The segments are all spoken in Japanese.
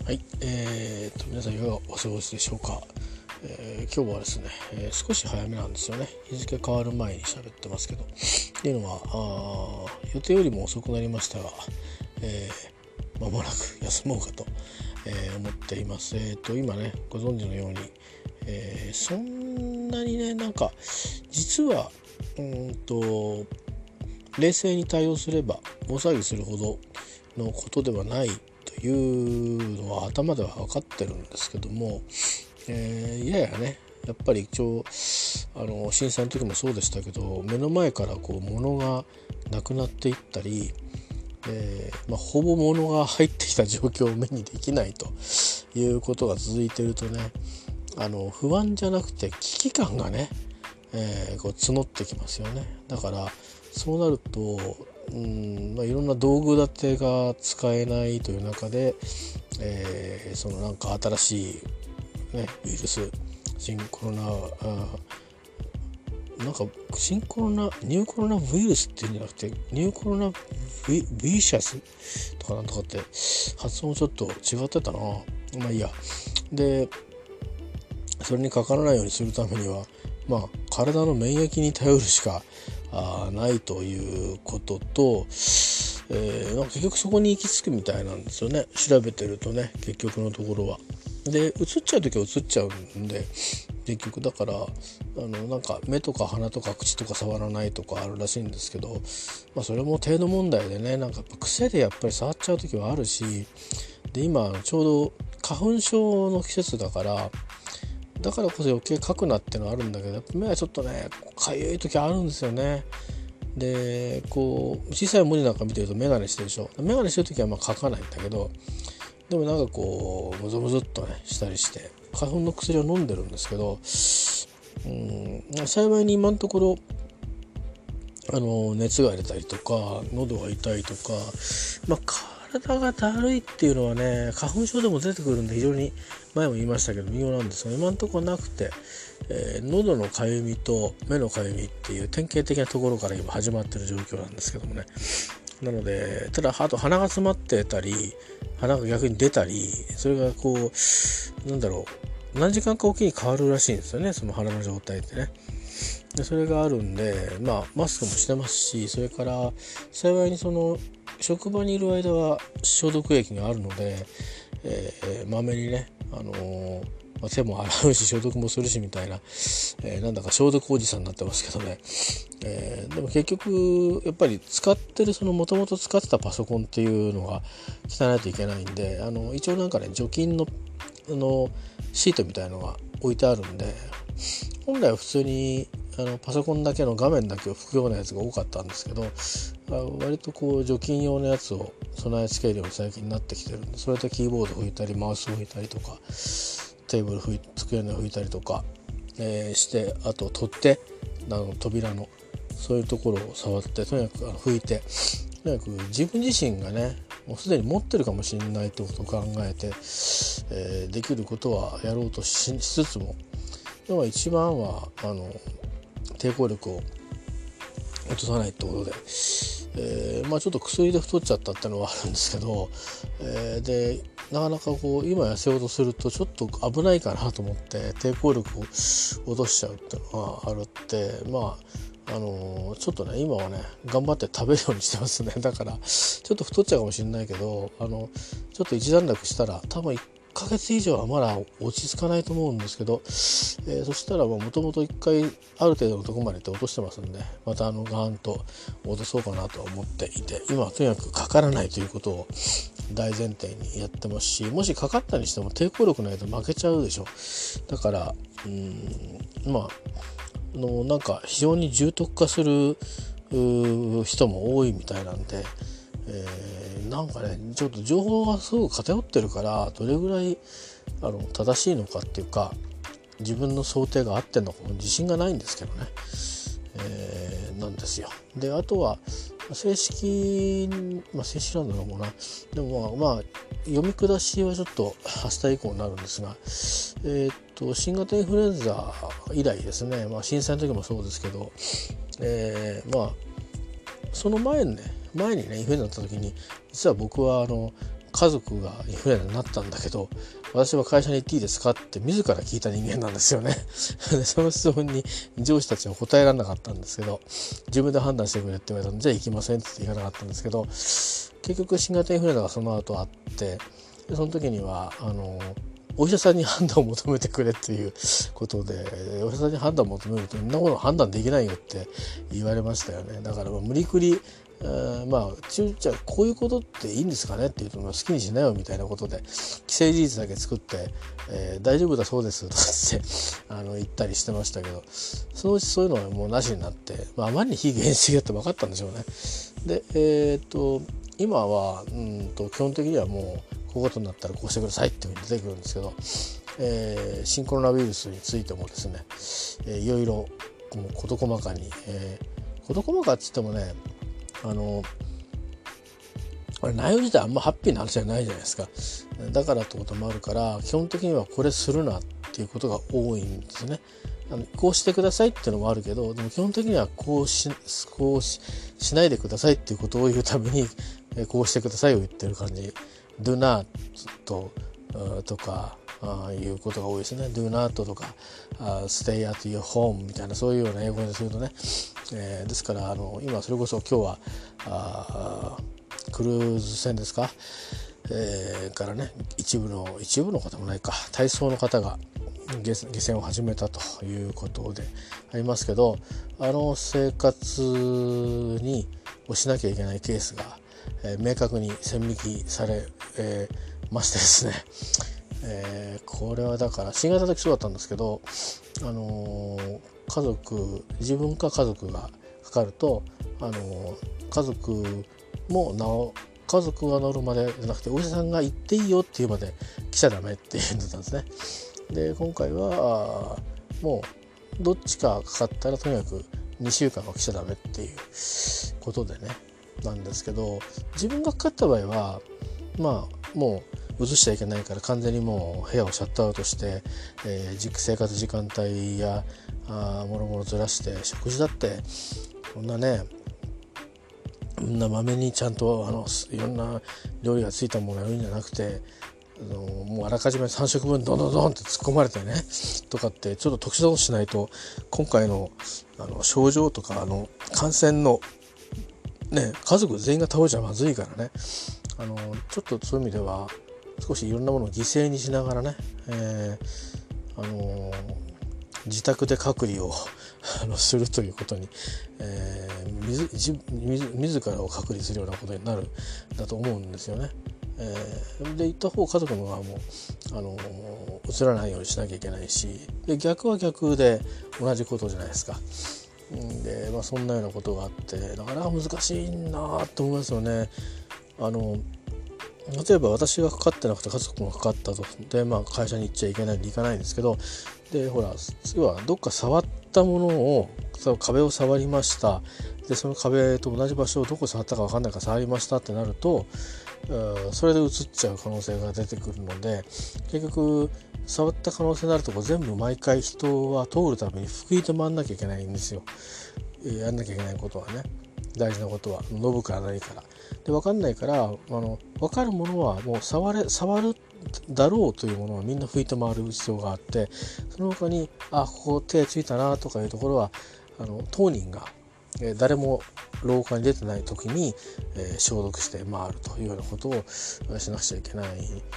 はい、皆さんいかがお過ごしでしょうか。今日はですね、少し早めなんですよね。日付変わる前に喋ってますけど、っていうのは予定よりも遅くなりましたが、間もなく休もうかと、思っています。今ねご存知のように、そんなにね実は冷静に対応すれば大騒ぎするほどのことではないというのは頭では分かってるんですけども、ややねやっぱり震災の時もそうでしたけど、目の前から物がなくなっていったり、ほぼ物が入ってきた状況を目にできないということが続いているとね、不安じゃなくて危機感がね、募ってきますよね。だからそうなるといろんな道具立てが使えないという中で、新しい、ウイルス新コロナ新コロナニューコロナウイルスっていうんじゃなくてニューコロナウイシャスとかなんとかって発音ちょっと違ってたな。まあいいや。でそれにかからないようにするためには体の免疫に頼るしかないということと、結局そこに行き着くみたいなんですよね。調べてるとね、結局のところは。で移っちゃう時は移っちゃうんで、結局だから目とか鼻とか口とか触らないとかあるらしいんですけど、それも程度問題でね、癖でやっぱり触っちゃう時はあるし、で今ちょうど花粉症の季節だからこそ余計かくなっていうのはあるんだけど、やっぱ目はちょっとねかゆい時あるんですよね。で小さい文字なんか見てると眼鏡してるでしょ。眼鏡してる時は書かないんだけど、でもムズムズっとねしたりして花粉の薬を飲んでるんですけど、幸いに今のところ熱が出たりとか喉が痛いとか、体がだるいっていうのはね花粉症でも出てくるんで、非常に前も言いましたけど微妙なんですが、今のところなくて、喉のかゆみと目のかゆみっていう典型的なところから今始まってる状況なんですけどもね。なのでただあと鼻が詰まってたり鼻が逆に出たり、それが何時間かおきに変わるらしいんですよね、その鼻の状態ってね。でそれがあるんで、マスクもしてますし、それから幸いに職場にいる間は消毒液があるので、まめにね、手も洗うし消毒もするしみたいな、なんだか消毒おじさんになってますけどね。でも結局やっぱり使ってるもともと使ってたパソコンっていうのが汚ないといけないんで、一応除菌のシートみたいのが置いてあるんで、本来は普通にパソコンだけの画面だけを拭くようなやつが多かったんですけど、割と除菌用のやつを備え付けるように最近なってきてるんで、それでキーボード拭いたりマウス拭いたりとかテーブル机の拭いたりとか、して、あと取っ手扉のそういうところを触って、とにかく拭いて、とにかく自分自身がねもうすでに持ってるかもしれないってことを考えて、できることはやろうとしつつも、でも一番は抵抗力を落とさないってことで、ちょっと薬で太っちゃったってのはあるんですけど、でなかなか今痩せようとするとちょっと危ないかなと思って抵抗力を落としちゃうっていうのがあるって、ちょっとね今はね頑張って食べるようにしてますね。だからちょっと太っちゃうかもしれないけど、ちょっと一段落したら多分1ヶ月以上はまだ落ち着かないと思うんですけど、そしたらもともと1回ある程度のところまで落としてますんで、またガーンと落とそうかなとは思っていて、今はとにかくかからないということを大前提にやってますし、もしかかったにしても抵抗力ないと負けちゃうでしょ。だから非常に重篤化する人も多いみたいなんで、ちょっと情報がすごく偏ってるから、どれぐらい正しいのかっていうか自分の想定が合ってんのかも自信がないんですけどね、なんですよ。であとは正式なんだろうな。でも読み下しはちょっと明日以降になるんですが、新型インフルエンザ以来ですね、震災の時もそうですけど、その前にねインフルエンザだった時に実は僕は家族がインフルエンザになったんだけど私は会社に行っていいですかって自ら聞いた人間なんですよねでその質問に上司たちは答えられなかったんですけど、自分で判断してくれって言われたので、じゃあ行きませんって言わなかったんですけど、結局新型インフルエンザがその後あって、でその時にはお医者さんに判断を求めてくれっていうことで、お医者さんに判断を求めるとそんなこと判断できないよって言われましたよね。だから無理くりじゃあこういうことっていいんですかねっていうと、好きにしなよみたいなことで既成事実だけ作って、大丈夫だそうですとかって言ったりしてましたけど、そのうちそういうのはもうなしになって、あまりに非現実的だって分かったんでしょうね。で今は基本的にはもうこういうことになったらこうしてくださいっていうふうに出てくるんですけど、新コロナウイルスについてもですね、いろいろもう事細かに、事細かって言ってもね、内容自体あんまハッピーな話じゃないじゃないですか。だからってこともあるから、基本的にはこれするなっていうことが多いんですね。こうしてくださいっていうのもあるけど、でも基本的にはこうしないでくださいっていうことを言うために、こうしてくださいを言ってる感じ。do not とかいうことが多いですね。do not とかstay at your home みたいな、そういうような英語にするとね、ですから今それこそ今日はクルーズ船ですか、からね一部の方もないか、体操の方が下船を始めたということでありますけど、生活にしなきゃいけないケースが、明確に線引きされ、ましてですね、これはだから新型の時そうだったんですけど、自分か家族がかかると家族が治るまでじゃなくて、お医者さんが行っていいよっていうまで来ちゃダメって言ってたんですね。で今回はもうどっちかかかったらとにかく2週間は来ちゃダメっていうことでねなんですけど、自分がかかった場合はもう移しちゃいけないから完全にもう部屋をシャットアウトして、生活時間帯やもろもろずらして、食事だってこんなねまめにちゃんといろんな料理がついたものをやるんじゃなくて、もうあらかじめ3食分ドンドンドンって突っ込まれてねとかってちょっと特殊なことしないと、今回の症状とか感染のね家族全員が倒れちゃまずいからね、ちょっとそういう意味では少しいろんなものを犠牲にしながらね、自宅で隔離をするということに、自らを隔離するようなことになるんだと思うんですよね。で行った方家族の側も移らないようにしなきゃいけないし、で逆は逆で同じことじゃないですか。でそんなようなことがあってなかなか難しいなと思いますよね。例えば私がかかってなくて家族もかかったとで、会社に行っちゃいけないんで行かないんですけど、でほら要はどっか触ったものを壁を触りました、でその壁と同じ場所をどこ触ったか分かんないから触りましたってなると、それで移っちゃう可能性が出てくるので、結局触った可能性のあるところ全部毎回人は通るために拭いて回んなきゃいけないんですよ。やんなきゃいけないことはね、大事なことはノブから何からで分かんないから、分かるものはもう触るだろうというものはみんな拭いて回る必要があって、その他にここ手ついたなとかいうところは当人が誰も廊下に出てない時に、消毒して回るというようなことをしなくちゃいけない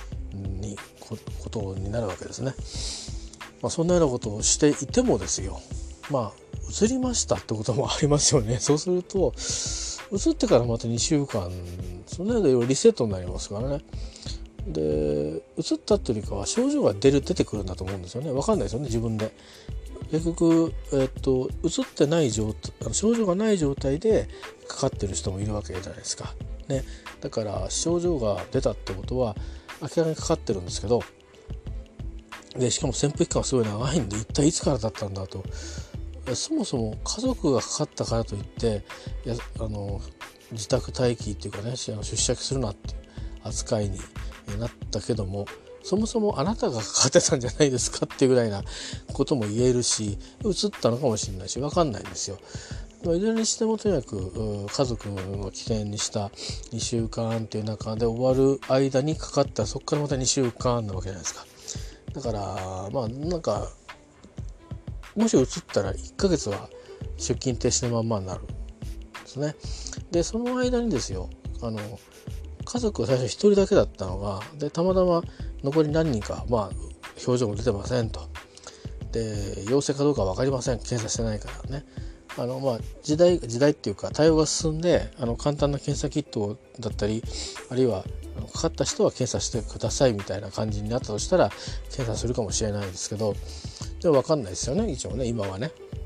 ことになるわけですね。そんなようなことをしていてもですよ、移りましたってこともありますよね。そうすると移ってからまた2週間そのようなリセットになりますからね。で移ったっていうよりかは症状が出てくるんだと思うんですよね。分かんないですよね自分で。結局、移ってない症状がない状態でかかってる人もいるわけじゃないですか、ね、だから症状が出たってことは明らかにかかってるんですけど、でしかも潜伏期間はすごい長いんで一体いつからだったんだと。そもそも家族がかかったからといって自宅待機っていうかね出社するなっていう扱いになったけども、そもそもあなたがかかってたんじゃないですかっていうぐらいなことも言えるし、移ったのかもしれないし分かんないんですよ。 いずれにしてもとにかく家族を起点にした2週間っていう中で終わる間にかかったらそこからまた2週間なわけじゃないですか。だからなんかもし移ったら1ヶ月は出勤停止のまんまになるんですね。でその間にですよ、家族は最初1人だけだったのが、でたまたま残り何人か表情も出てませんと、で陽性かどうか分かりません、検査してないからね。時代っていうか対応が進んで簡単な検査キットだったり、あるいはかかった人は検査してくださいみたいな感じになったとしたら検査するかもしれないですけど、でも分かんないですよね。一応ね、今はね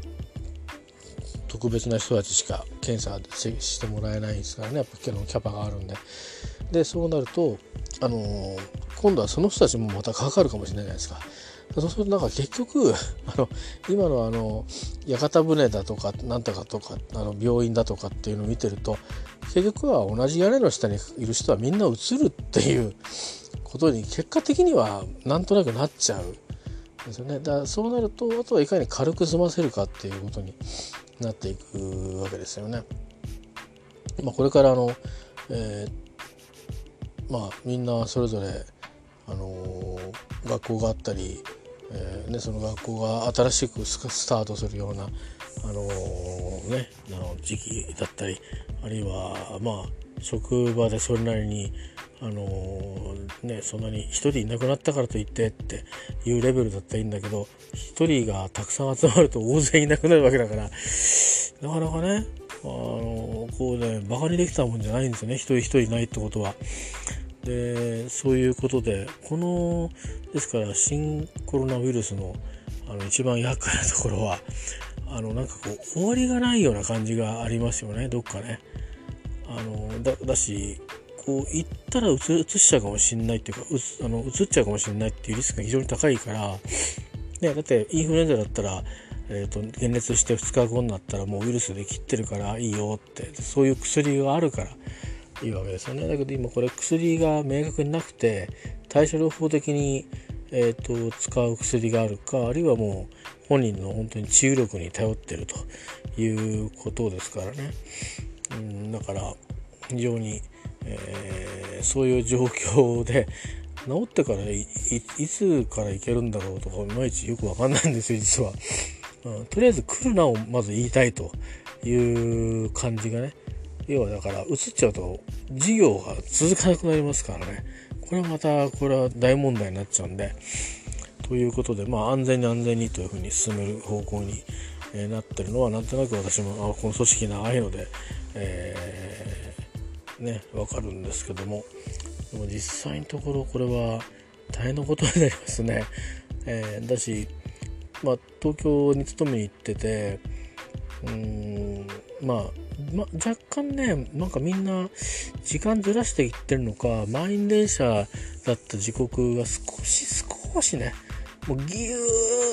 特別な人たちしか検査してもらえないですからね、やっぱキャパがあるんで。でそうなると今度はその人たちもまたかかるかもしれないじゃないですか。そうするとなんか結局今の屋形船だとかなんとかとか病院だとかっていうのを見てると、結局は同じ屋根の下にいる人はみんな移るっていうことに結果的にはなんとなくなっちゃうんですよね。だからそうなるとあとはいかに軽く済ませるかっていうことになっていくわけですよね。これからみんなそれぞれ学校があったり、その学校が新しくスタートするような時期だったり、あるいは職場でそれなりにそんなに一人いなくなったからといってっていうレベルだったらいいんだけど、一人がたくさん集まると大勢いなくなるわけだから、なかなかねバカにできたもんじゃないんですよね、一人一人いないってことは。でそういうことでですから新コロナウイルスの一番厄介なところはなんか終わりがないような感じがありますよね、どっかね。だし行ったらうつしちゃうかもしれないっていうかうつっちゃうかもしれないっていうリスクが非常に高いから、だってインフルエンザだったら解熱して2日後になったらもうウイルスで切ってるからいいよって、そういう薬があるからいいわけですよね。だけど今これ薬が明確になくて対処療法的に、使う薬があるか、あるいはもう本人の本当に治癒力に頼ってるということですからね。だから非常に、そういう状況で治ってからいつからいけるんだろうとかいまいちよく分かんないんですよ実は。とりあえず来るなをまず言いたいという感じがね。要はだから移っちゃうと事業が続かなくなりますからね。これは大問題になっちゃうんで、ということで安全にというふうに進める方向に、なってるのはなんとなく私もこの組織長いので、分かるんですけども、でも実際のところこれは大変なことになりますね。だし、東京に勤めに行ってて若干ねなんかみんな時間ずらしていってるのか、満員電車だった時刻が少しねもうぎゅ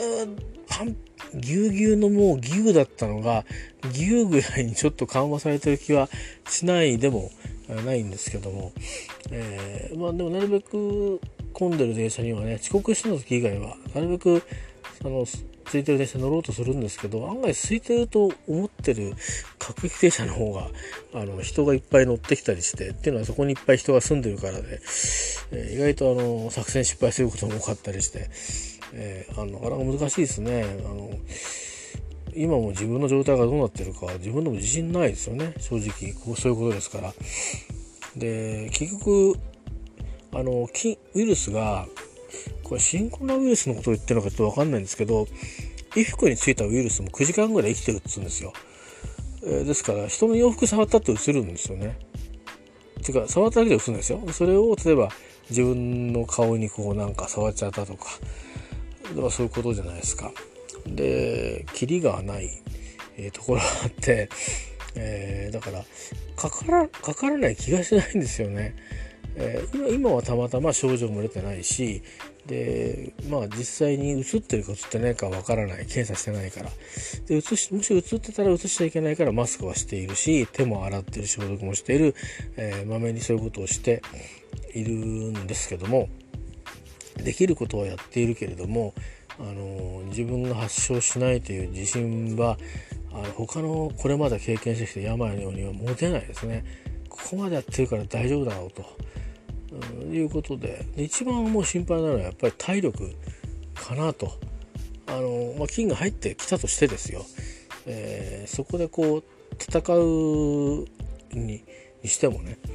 うぎゅうのもうぎゅうだったのがぎゅうぐらいにちょっと緩和されてる気はしないでもないんですけども、でもなるべく混んでる電車にはね遅刻しての時以外はなるべく空いてる電車乗ろうとするんですけど、案外空いてると思ってる各駅停車の方が人がいっぱい乗ってきたりしてっていうのはそこにいっぱい人が住んでるからで、意外と作戦失敗することも多かったりして、なかなか難しいですね。今も自分の状態がどうなってるか自分でも自信ないですよね、正直そういうことですから。で結局ウイルスがこれ新コロナウイルスのことを言ってるのかちょっと分かんないんですけど、衣服についたウイルスも9時間ぐらい生きてるっつうんですよ。ですから人の洋服触ったってうつるんですよね。ていうか触っただけでうつるんですよ。それを例えば自分の顔になんか触っちゃったとか、そういうことじゃないですか。でキリがない、ところがあって、だからかからない気がしないんですよね。今はたまたま症状も出てないし、で実際に移ってるか移ってないかわからない、検査してないから。でもし移ってたら移しちゃいけないからマスクはしているし、手も洗ってる、消毒もしている、まめにそういうことをしているんですけども、できることはやっているけれども自分が発症しないという自信は他のこれまで経験してきた病のようには持てないですね。ここまでやってるから大丈夫だろうと、いうことで、一番もう心配なのはやっぱり体力かなと。菌が入ってきたとしてですよ、そこでこう戦うにしてもね、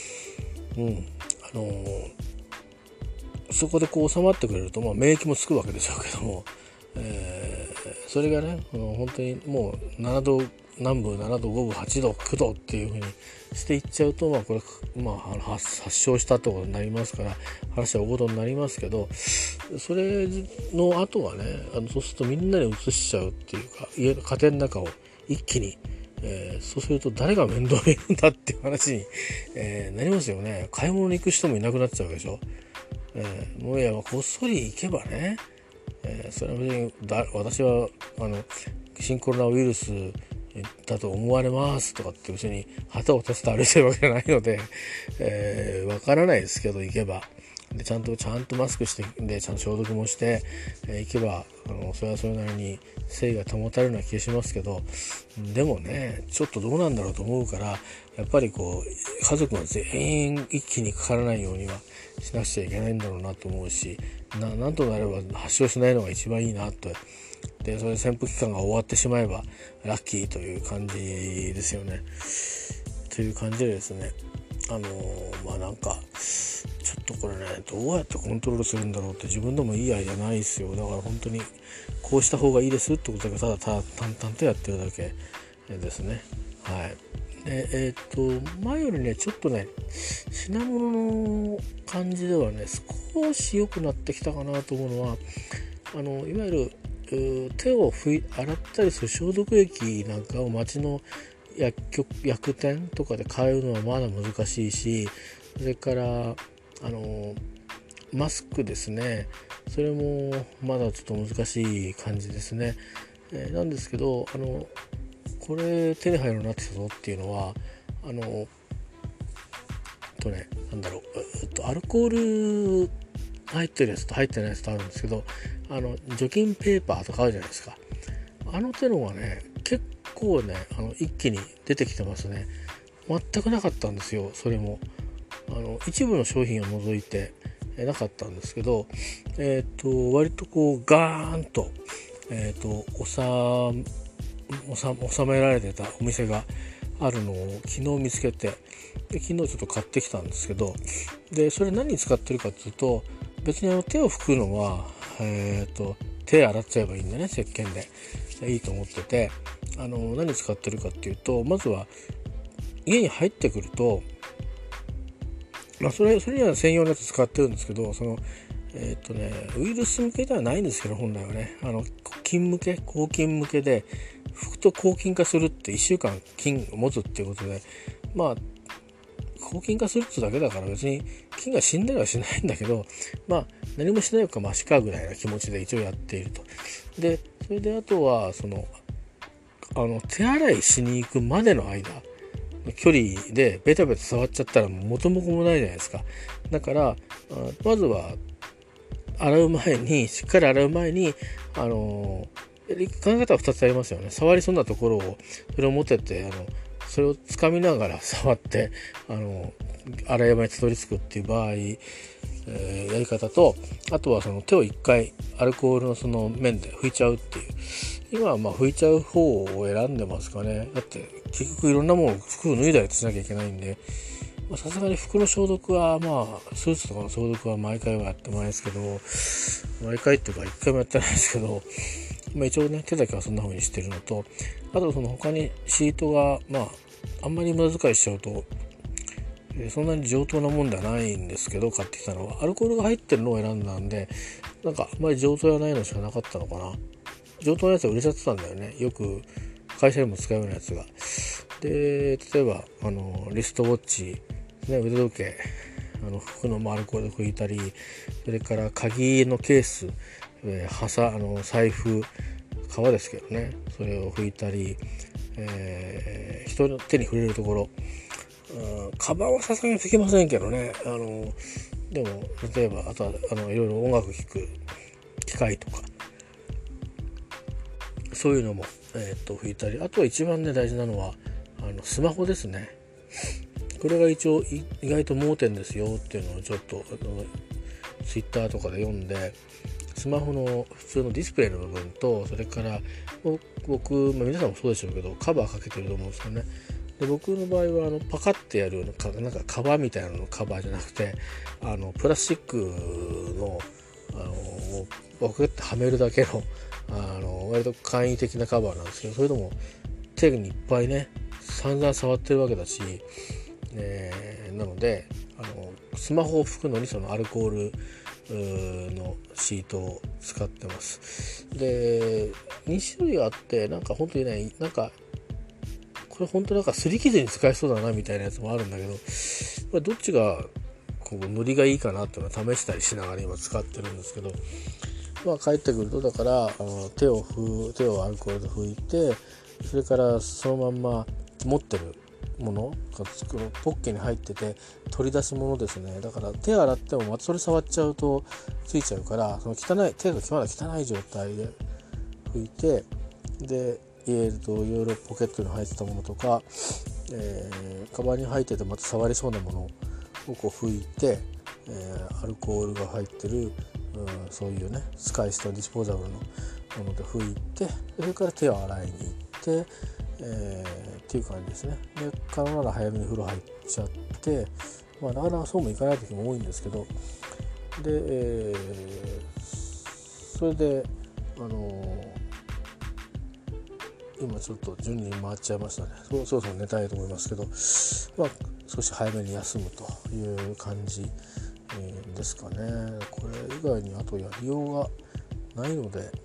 そこでこう収まってくれると、免疫もつくわけでしょうけども、それがね本当にもう7度南部7度5分8度9度っていう風にしていっちゃうと、これ、発症したってことになりますから話は大事になりますけど、それの後はねそうするとみんなに移しちゃうっていうか、家の家庭の中を一気に、そうすると誰が面倒見るんだっていう話に、なりますよね。買い物に行く人もいなくなっちゃうわけでしょ。もういやこっそり行けばね、それは別に私は新コロナウイルスだと思われますとかって別に旗を立てて歩いてるわけじゃないので、わからないですけど、行けばでちゃんとマスクしてでちゃんと消毒もして、行けばそれはそれなりに誠意が保たれるような気がしますけど、でもねちょっとどうなんだろうと思うから、やっぱりこう家族が全員一気にかからないようにはしなくちゃいけないんだろうなと思うし、なんとなれば発症しないのが一番いいなと。でそれで潜伏期間が終わってしまえばラッキーという感じですよね。という感じでですね、なんかちょっとこれねどうやってコントロールするんだろうって自分でもいいアイデアないですよ。だから本当にこうした方がいいですってことだけただ淡々とやってるだけですね。はい。前よりねちょっとね品物の感じではね少し良くなってきたかなと思うのは、いわゆる手を洗ったりする消毒液なんかを町の薬店とかで買うのはまだ難しいし、それからマスクですね、それもまだちょっと難しい感じですね。なんですけどこれ手に入るようになってきたぞっていうのはアルコール入ってるやつと入ってないやつとあるんですけど、除菌ペーパーとかあるじゃないですか。手のがね結構ね一気に出てきてますね。全くなかったんですよ。それも一部の商品を除いてなかったんですけど、割とこうガーンと、収められてたお店があるのを昨日見つけて、で昨日ちょっと買ってきたんですけど、でそれ何に使ってるかっていうと、別に手を拭くのは、手洗っちゃえばいいんでね、石鹸でいいと思ってて、何使ってるかっていうと、まずは家に入ってくると、それには専用のやつ使ってるんですけど、ウイルス向けではないんですけど、本来はね抗菌向けで拭くと抗菌化するって1週間菌を持つっていうことで、抗菌化するってだけだから別に菌が死んだりはしないんだけど、何もしないかマシかぐらいな気持ちで一応やっていると。でそれであとは手洗いしに行くまでの間距離でベタベタ触っちゃったら元も子もないじゃないですか。だからまずはしっかり洗う前に考え方は2つありますよね。触りそうなところをそれを持ててそれを掴みながら触って洗い場にたどり着くっていう場合、やり方と、あとはその手を一回アルコールのその面で拭いちゃうっていう、今は拭いちゃう方を選んでますかね。だって結局いろんなものを服を脱いだりしなきゃいけないんで、さすがに服の消毒はスーツとかの消毒は毎回はやってもないですけど、毎回っていうか一回もやってないですけど、一応ね手だけはそんな風にしてるのと、あとその他にシートがあんまり無駄遣いしちゃうとそんなに上等なもんではないんですけど、買ってきたのはアルコールが入ってるのを選んだんで、あんまり上等やないのしかなかったのかな。上等なやつは売れちゃってたんだよね。よく会社でも使うようなやつが。で例えばリストウォッチ、腕時計服のアルコールで拭いたり、それから鍵のケース、財布革ですけどね、それを拭いたり、人の手に触れるところ、カバンはさすがに拭きませんけどね。でも例えばあとはいろいろ音楽聴く機械とかそういうのも拭いたり、あとは一番ね大事なのはスマホですね。これが一応意外と盲点ですよっていうのをちょっとツイッターとかで読んで、スマホの普通のディスプレイの部分と、それから僕、皆さんもそうでしょうけどカバーかけてると思うんですよね。で僕の場合はパカッてやるようななんかカバーみたいなのカバーじゃなくてプラスチックのバクってはめるだけの割と簡易的なカバーなんですけど、それとも手にいっぱいね散々触ってるわけだし、なのでスマホを拭くのにそのアルコールのシートを使ってます。で2種類あって、なんか本当にね、なんかこれ本当なんか擦り傷に使えそうだなみたいなやつもあるんだけど、どっちがこうノリがいいかなっていうのは試したりしながら今使ってるんですけど、帰ってくるとだから手をアルコールで拭いて、それからそのまんま持ってるものがポッケに入ってて取り出すものですね。だから手洗ってもまたそれ触っちゃうとついちゃうから、その手がまだ汚い状態で拭いて、でいろいろポケットに入ってたものとか、カバンに入っててまた触りそうなものをこう拭いて、アルコールが入ってる、そういうね使い捨てディスポーザブルのもので拭いて、それから手を洗いに行って、っていう感じですね。で可能なら早めに風呂入っちゃって、なかなかそうもいかない時も多いんですけど、で、それで今ちょっと順に回っちゃいましたね。そろそろ寝たいと思いますけど、少し早めに休むという感じですかね。これ以外にあとやりようがないので、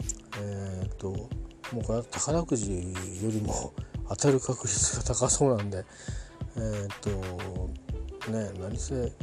もうこれは宝くじよりも当たる確率が高そうなんで、何せ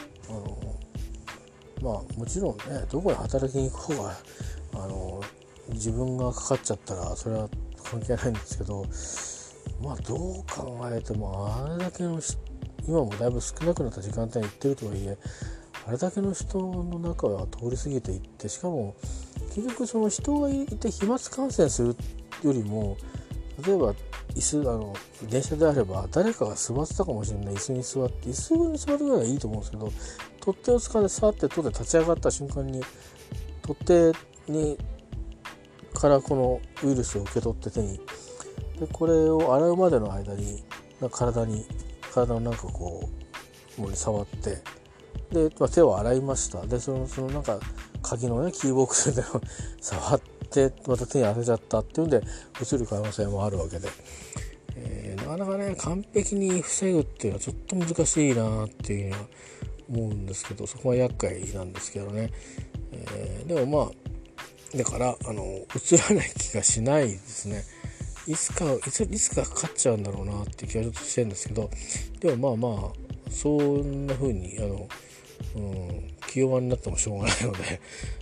もちろんね、どこに働きに行こうが自分がかかっちゃったらそれは関係ないんですけど、どう考えてもあれだけの今もだいぶ少なくなった時間帯に行ってるとはいえ、あれだけの人の中は通り過ぎていって、しかも結局その人がいて飛沫感染するよりも、例えば電車であれば誰かが座ってたかもしれない椅子に座るぐらいはいいと思うんですけど、取っ手を掴んで触って取って立ち上がった瞬間に取っ手にからこのウイルスを受け取って手に、でこれを洗うまでの間に体のなんかこうものに触って、で、手を洗いました。でそのなんか鍵のねキーボックスで触ってまた手に当てちゃったっていうんで移る可能性もあるわけで、なかなかね完璧に防ぐっていうのはちょっと難しいなっていうのは思うんですけど、そこは厄介なんですけどね。でもだから移らない気がしないですね。いつかかかっちゃうんだろうなっていう気がちょっとしてるんですけど、でもそんな風に気弱になってもしょうがないので、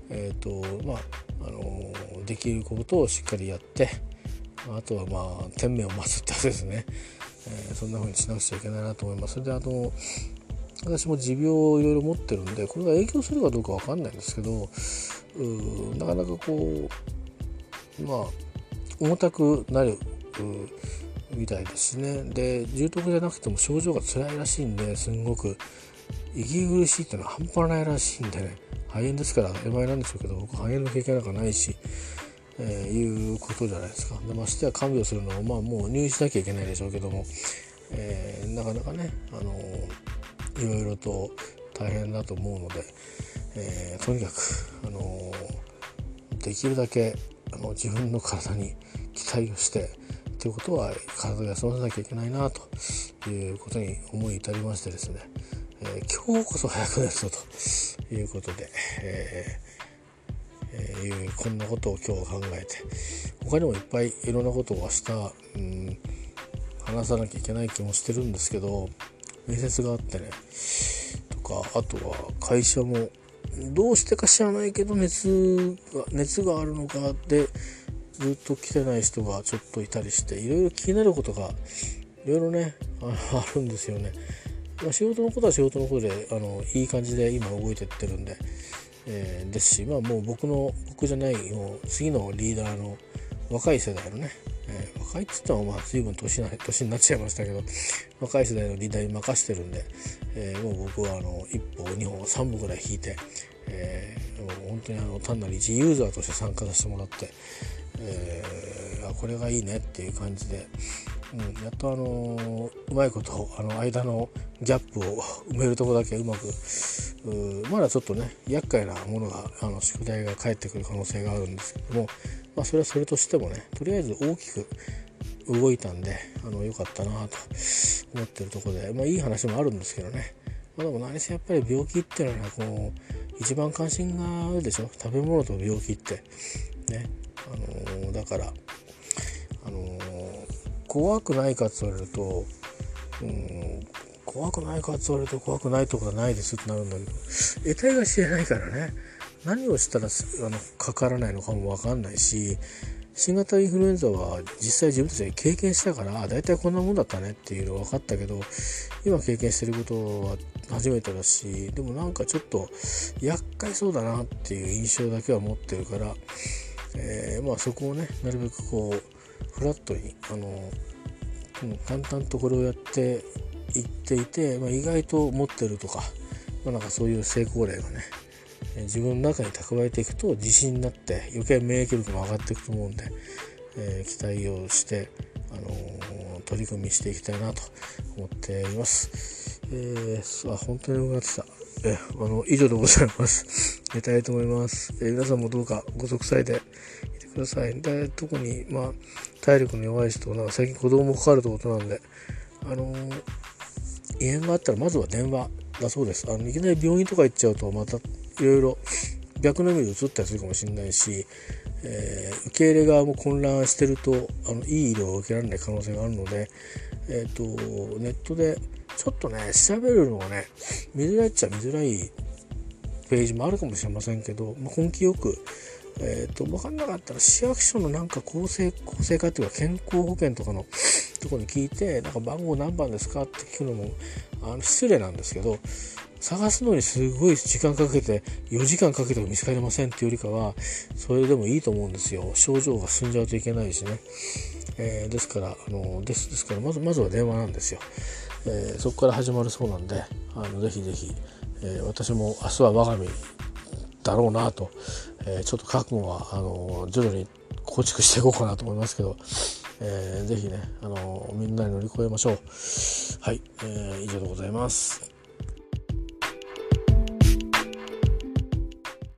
できることをしっかりやって、あとは天命を待つってやつですね。そんな風にしなくちゃいけないなと思います。それで私も持病をいろいろ持ってるんで、これが影響するかどうかわかんないんですけど、なかなかこう重たくなるみたいですしね。で重篤じゃなくても症状が辛いらしいんで、すんごく息苦しいっていうのは半端ないらしいんでね、肺炎ですから当たり前なんでしょうけど、僕肺炎の経験なんかないし、いうことじゃないですか。でましてや看病するのももう入院しなきゃいけないでしょうけども、なかなかねいろいろと大変だと思うので、とにかくできるだけ自分の体に期待をしてということは体を休ませなきゃいけないなということに思い至りましてですね、今日こそ早く寝るぞということで、こんなことを今日考えて、他にもいっぱいいろんなことを明日話さなきゃいけない気もしてるんですけど、面接があってねとか、あとは会社もどうしてか知らないけど熱があるのかでずっと来てない人がちょっといたりして、いろいろ気になることがいろいろねあるんですよね。仕事のことは仕事のことでいい感じで今動いてってるんで、ですしもう僕じゃないもう次のリーダーの若い世代のね、若いっつっても随分年になっちゃいましたけど、若い世代のリーダーに任してるんで、もう僕は1歩2歩3歩ぐらい引いて、もう本当に単なる一ユーザーとして参加させてもらって、これがいいねっていう感じで、やっとうまいこと間のギャップを埋めるところだけうまく、まだちょっとね厄介なものが宿題が返ってくる可能性があるんですけども、それはそれとしてもね、とりあえず大きく動いたんで良かったなと思ってるところで、いい話もあるんですけどね、でも何せやっぱり病気っていうのはこう一番関心があるでしょ、食べ物と病気ってね。だから怖くないかって言われると、怖くないかって言われると怖くないところはないですってなるんだけど、得体が知れないからね、何をしたらかからないのかも分かんないし、新型インフルエンザは実際自分たちで経験したからだいたいこんなもんだったねっていうのが分かったけど、今経験してることは初めてだし、でもなんかちょっと厄介そうだなっていう印象だけは持ってるから、そこをねなるべくこうフラットに淡々とこれをやっていっていて、意外と持ってるとか、なんかそういう成功例がね自分の中に蓄えていくと自信になって余計免疫力も上がっていくと思うんで、期待をして、取り組みしていきたいなと思っています。本当に良くなってきた。以上でございます。寝たいと思います。皆さんもどうかご息災でいてください。で特に体力の弱い人、最近子供もかかるということなんで、異変があったらまずは電話だそうです。いきなり病院とか行っちゃうとまたいろいろ逆の意味で移ったりするかもしれないし、受け入れ側も混乱してるといい医療を受けられない可能性があるので、ネットでちょっとね調べるのがね見づらいっちゃ見づらいページもあるかもしれませんけど、根気よく分かんなかったら市役所のなんか厚生課っていうか健康保険とかのところに聞いて、なんか番号何番ですかって聞くのも失礼なんですけど、探すのにすごい時間かけて4時間かけても見つかりませんっていうよりかはそれでもいいと思うんですよ。症状が進んじゃうといけないしね、ですからですからまずは電話なんですよ。そこから始まるそうなんで、ぜひぜひ、私も明日は我が身だろうなと、ちょっと覚悟は徐々に構築していこうかなと思いますけど、ぜひねみんなで乗り越えましょう。はい、以上でございます。